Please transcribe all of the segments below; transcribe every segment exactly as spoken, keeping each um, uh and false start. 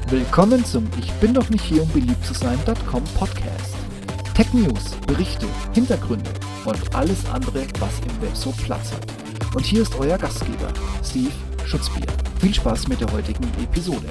Willkommen zum Ich bin doch nicht hier, um beliebt zu sein Punkt com Podcast. Tech News, Berichte, Hintergründe und alles andere, was im Web so Platz hat. Und hier ist euer Gastgeber, Steve Schutzbier. Viel Spaß mit der heutigen Episode.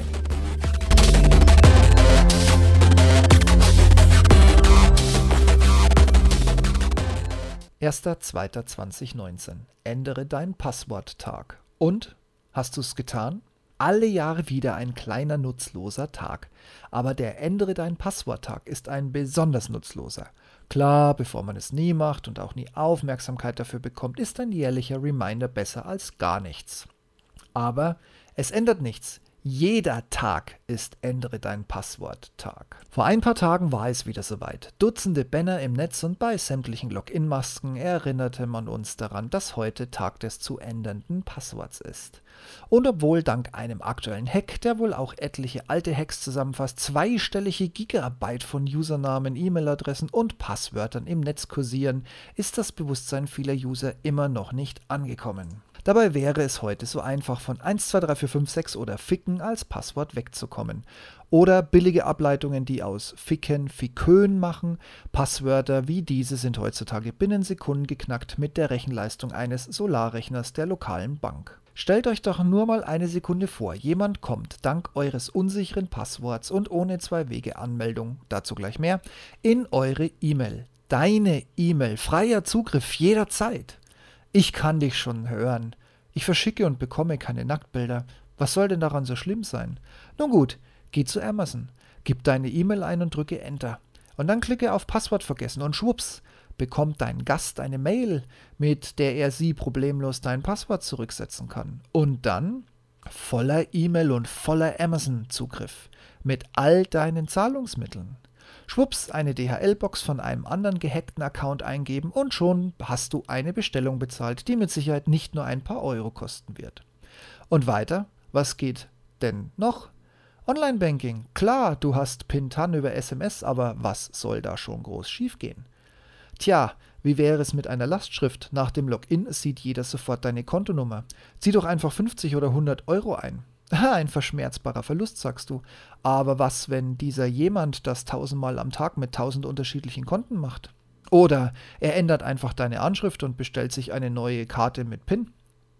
erster zweiter zweitausendneunzehn. Ändere dein Passwort-Tag. Und? Hast du es getan? Alle Jahre wieder ein kleiner nutzloser Tag. Aber der Ändere dein Passwort-Tag ist ein besonders nutzloser. Klar, bevor man es nie macht und auch nie Aufmerksamkeit dafür bekommt, ist ein jährlicher Reminder besser als gar nichts. Aber es ändert nichts. Jeder Tag ist Ändere dein Passwort-Tag. Vor ein paar Tagen war es wieder soweit. Dutzende Banner im Netz und bei sämtlichen Login-Masken erinnerte man uns daran, dass heute Tag des zu ändernden Passworts ist. Und obwohl dank einem aktuellen Hack, der wohl auch etliche alte Hacks zusammenfasst, zweistellige Gigabyte von Usernamen, E-Mail-Adressen und Passwörtern im Netz kursieren, ist das Bewusstsein vieler User immer noch nicht angekommen. Dabei wäre es heute so einfach, von eins zwei drei vier fünf sechs oder Ficken als Passwort wegzukommen. Oder billige Ableitungen, die aus Ficken Fikön machen. Passwörter wie diese sind heutzutage binnen Sekunden geknackt mit der Rechenleistung eines Solarrechners der lokalen Bank. Stellt euch doch nur mal eine Sekunde vor, jemand kommt dank eures unsicheren Passworts und ohne Zwei-Wege-Anmeldung, dazu gleich mehr, in eure E-Mail. Deine E-Mail, freier Zugriff jederzeit. Ich kann dich schon hören. Ich verschicke und bekomme keine Nacktbilder. Was soll denn daran so schlimm sein? Nun gut, geh zu Amazon, gib deine E-Mail ein und drücke Enter. Und dann klicke auf Passwort vergessen und schwupps, bekommt dein Gast eine Mail, mit der er sie problemlos dein Passwort zurücksetzen kann. Und dann voller E-Mail und voller Amazon-Zugriff mit all deinen Zahlungsmitteln. Schwupps, eine D H L-Box von einem anderen gehackten Account eingeben und schon hast du eine Bestellung bezahlt, die mit Sicherheit nicht nur ein paar Euro kosten wird. Und weiter, was geht denn noch? Online-Banking, klar, du hast PIN-T A N über S M S, aber was soll da schon groß schiefgehen? Tja, wie wäre es mit einer Lastschrift? Nach dem Login sieht jeder sofort deine Kontonummer. Zieh doch einfach fünfzig oder hundert Euro ein. Ein verschmerzbarer Verlust, sagst du. Aber was, wenn dieser jemand das tausendmal am Tag mit tausend unterschiedlichen Konten macht? Oder er ändert einfach deine Anschrift und bestellt sich eine neue Karte mit PIN?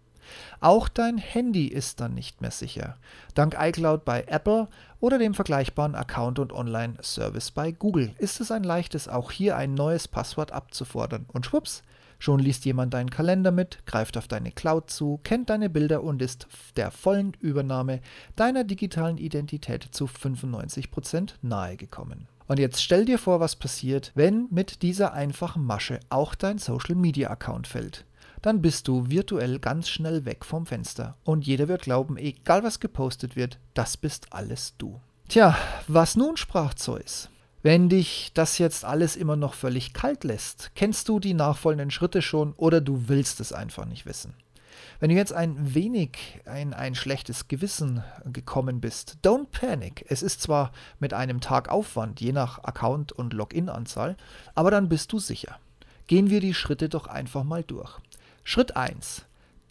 Auch dein Handy ist dann nicht mehr sicher. Dank iCloud bei Apple oder dem vergleichbaren Account- und Online-Service bei Google ist es ein leichtes, auch hier ein neues Passwort abzufordern. Und schwupps, schon liest jemand deinen Kalender mit, greift auf deine Cloud zu, kennt deine Bilder und ist der vollen Übernahme deiner digitalen Identität zu fünfundneunzig Prozent nahegekommen. Und jetzt stell dir vor, was passiert, wenn mit dieser einfachen Masche auch dein Social-Media-Account fällt. Dann bist du virtuell ganz schnell weg vom Fenster und jeder wird glauben, egal was gepostet wird, das bist alles du. Tja, was nun, sprach Zeus? Wenn dich das jetzt alles immer noch völlig kalt lässt, kennst du die nachfolgenden Schritte schon oder du willst es einfach nicht wissen. Wenn du jetzt ein wenig in ein schlechtes Gewissen gekommen bist, don't panic. Es ist zwar mit einem Tag Aufwand, je nach Account- und Login-Anzahl, aber dann bist du sicher. Gehen wir die Schritte doch einfach mal durch. Schritt eins.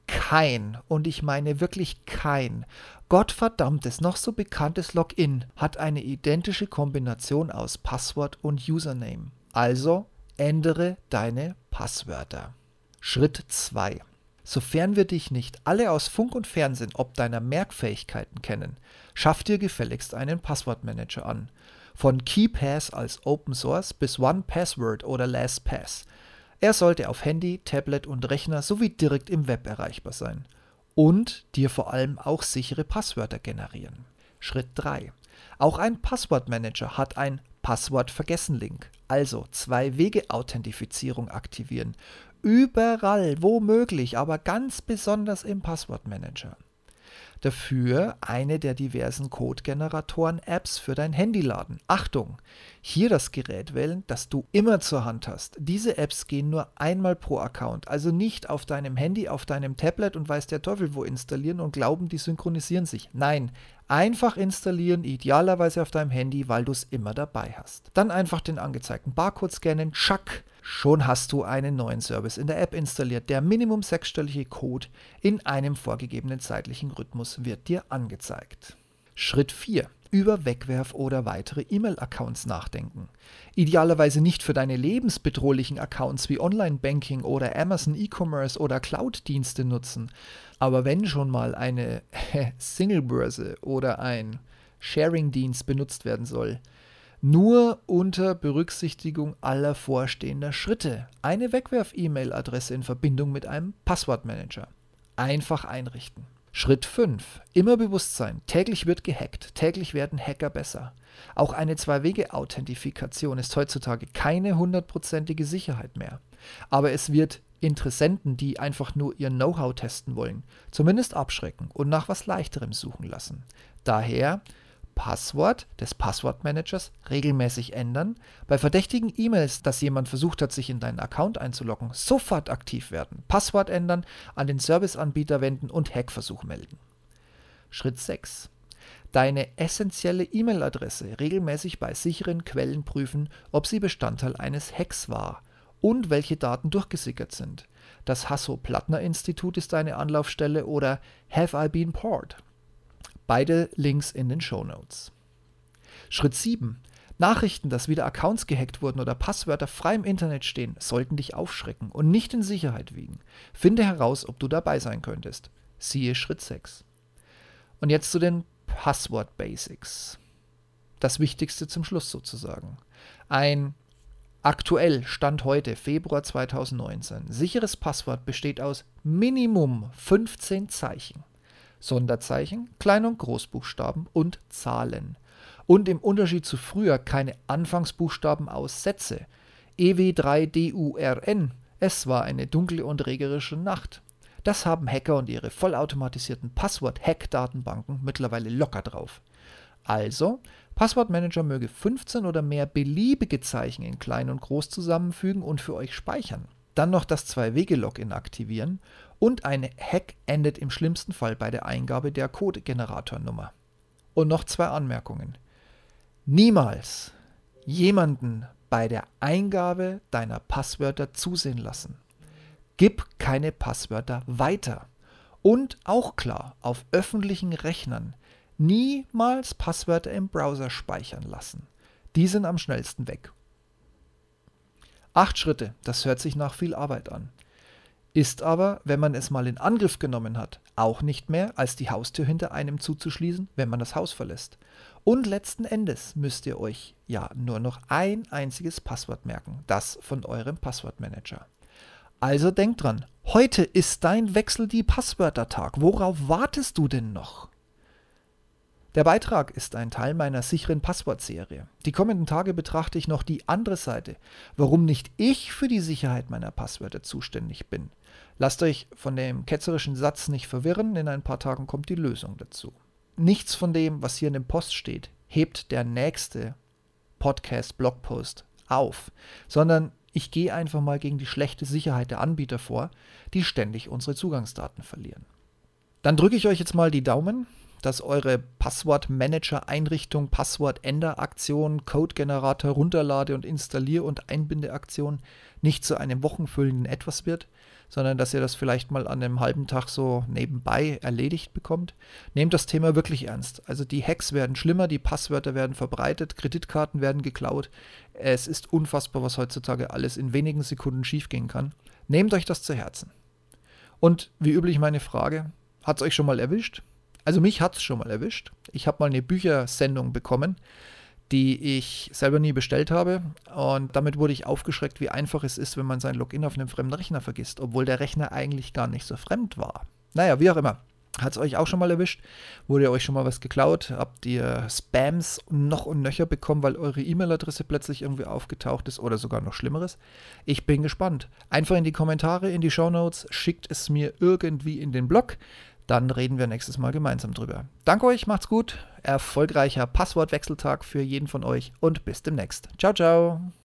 Kein, und ich meine wirklich kein, gottverdammtes, noch so bekanntes Login hat eine identische Kombination aus Passwort und Username. Also ändere deine Passwörter. Schritt zwei. Sofern wir dich nicht alle aus Funk und Fernsehen ob deiner Merkfähigkeiten kennen, schaff dir gefälligst einen Passwortmanager an. Von KeePass als Open Source bis one Password oder LastPass. Er sollte auf Handy, Tablet und Rechner sowie direkt im Web erreichbar sein. Und dir vor allem auch sichere Passwörter generieren. Schritt drei. Auch ein Passwortmanager hat ein Passwort-Vergessen-Link, also Zwei-Wege-Authentifizierung aktivieren. Überall, wo möglich, aber ganz besonders im Passwortmanager. Dafür eine der diversen Code-Generatoren-Apps für dein Handy laden. Achtung! Hier das Gerät wählen, das du immer zur Hand hast. Diese Apps gehen nur einmal pro Account, also nicht auf deinem Handy, auf deinem Tablet und weiß der Teufel wo installieren und glauben, die synchronisieren sich. Nein, einfach installieren, idealerweise auf deinem Handy, weil du es immer dabei hast. Dann einfach den angezeigten Barcode scannen, tschack! Schon hast du einen neuen Service in der App installiert. Der minimum sechsstellige Code in einem vorgegebenen zeitlichen Rhythmus wird dir angezeigt. Schritt vier. über Wegwerf- oder weitere E-Mail-Accounts nachdenken. Idealerweise nicht für deine lebensbedrohlichen Accounts wie Online-Banking oder Amazon E-Commerce oder Cloud-Dienste nutzen. Aber wenn schon mal eine Single-Börse oder ein Sharing-Dienst benutzt werden soll, nur unter Berücksichtigung aller vorstehender Schritte. Eine Wegwerf-E-Mail-Adresse in Verbindung mit einem Passwortmanager. Einfach einrichten. Schritt fünf. Immer bewusst sein. Täglich wird gehackt. Täglich werden Hacker besser. Auch eine Zwei-Wege-Authentifikation ist heutzutage keine hundertprozentige Sicherheit mehr. Aber es wird Interessenten, die einfach nur ihr Know-how testen wollen, zumindest abschrecken und nach was Leichterem suchen lassen. Daher Passwort des Passwortmanagers regelmäßig ändern, bei verdächtigen E-Mails, dass jemand versucht hat, sich in deinen Account einzuloggen, sofort aktiv werden, Passwort ändern, an den Serviceanbieter wenden und Hackversuch melden. Schritt sechs. Deine essentielle E-Mail-Adresse regelmäßig bei sicheren Quellen prüfen, ob sie Bestandteil eines Hacks war und welche Daten durchgesickert sind. Das Hasso-Plattner-Institut ist deine Anlaufstelle oder Have I Been Port? Beide Links in den Shownotes. Schritt sieben. Nachrichten, dass wieder Accounts gehackt wurden oder Passwörter frei im Internet stehen, sollten dich aufschrecken und nicht in Sicherheit wiegen. Finde heraus, ob du dabei sein könntest. Siehe Schritt sechs. Und jetzt zu den Passwort-Basics. Das Wichtigste zum Schluss sozusagen. Ein aktuell, Stand heute, Februar zweitausendneunzehn, sicheres Passwort besteht aus Minimum fünfzehn Zeichen. Sonderzeichen, Klein- und Großbuchstaben und Zahlen. Und im Unterschied zu früher keine Anfangsbuchstaben aus Sätze. E W drei D U R N, es war eine dunkle und regerische Nacht. Das haben Hacker und ihre vollautomatisierten Passwort-Hack-Datenbanken mittlerweile locker drauf. Also, Passwortmanager möge fünfzehn oder mehr beliebige Zeichen in Klein und Groß zusammenfügen und für euch speichern. Dann noch das Zwei-Wege-Login aktivieren und ein Hack endet im schlimmsten Fall bei der Eingabe der Codegeneratornummer. Und noch zwei Anmerkungen. Niemals jemanden bei der Eingabe deiner Passwörter zusehen lassen. Gib keine Passwörter weiter. Und auch klar, auf öffentlichen Rechnern niemals Passwörter im Browser speichern lassen. Die sind am schnellsten weg. Acht Schritte, das hört sich nach viel Arbeit an. Ist aber, wenn man es mal in Angriff genommen hat, auch nicht mehr, als die Haustür hinter einem zuzuschließen, wenn man das Haus verlässt. Und letzten Endes müsst ihr euch ja nur noch ein einziges Passwort merken, das von eurem Passwortmanager. Also denkt dran, heute ist dein Wechsel-die-Passwörter-Tag. Worauf wartest du denn noch? Der Beitrag ist ein Teil meiner sicheren Passwortserie. Die kommenden Tage betrachte ich noch die andere Seite, warum nicht ich für die Sicherheit meiner Passwörter zuständig bin. Lasst euch von dem ketzerischen Satz nicht verwirren, in ein paar Tagen kommt die Lösung dazu. Nichts von dem, was hier in dem Post steht, hebt der nächste Podcast-Blogpost auf, sondern ich gehe einfach mal gegen die schlechte Sicherheit der Anbieter vor, die ständig unsere Zugangsdaten verlieren. Dann drücke ich euch jetzt mal die Daumen, dass eure Passwortmanager-Einrichtung, Passwortänderaktion, Codegenerator, Runterlade- und Installier- und Einbindeaktion nicht zu einem wochenfüllenden Etwas wird, sondern dass ihr das vielleicht mal an einem halben Tag so nebenbei erledigt bekommt. Nehmt das Thema wirklich ernst. Also die Hacks werden schlimmer, die Passwörter werden verbreitet, Kreditkarten werden geklaut. Es ist unfassbar, was heutzutage alles in wenigen Sekunden schiefgehen kann. Nehmt euch das zu Herzen. Und wie üblich meine Frage, hat es euch schon mal erwischt? Also mich hat es schon mal erwischt. Ich habe mal eine Büchersendung bekommen, die ich selber nie bestellt habe. Und damit wurde ich aufgeschreckt, wie einfach es ist, wenn man sein Login auf einem fremden Rechner vergisst, obwohl der Rechner eigentlich gar nicht so fremd war. Naja, wie auch immer. Hat es euch auch schon mal erwischt? Wurde euch schon mal was geklaut? Habt ihr Spams noch und nöcher bekommen, weil eure E-Mail-Adresse plötzlich irgendwie aufgetaucht ist oder sogar noch Schlimmeres? Ich bin gespannt. Einfach in die Kommentare, in die Shownotes, schickt es mir irgendwie in den Blog. Dann reden wir nächstes Mal gemeinsam drüber. Danke euch, macht's gut. Erfolgreicher Passwortwechseltag für jeden von euch und bis demnächst. Ciao, ciao.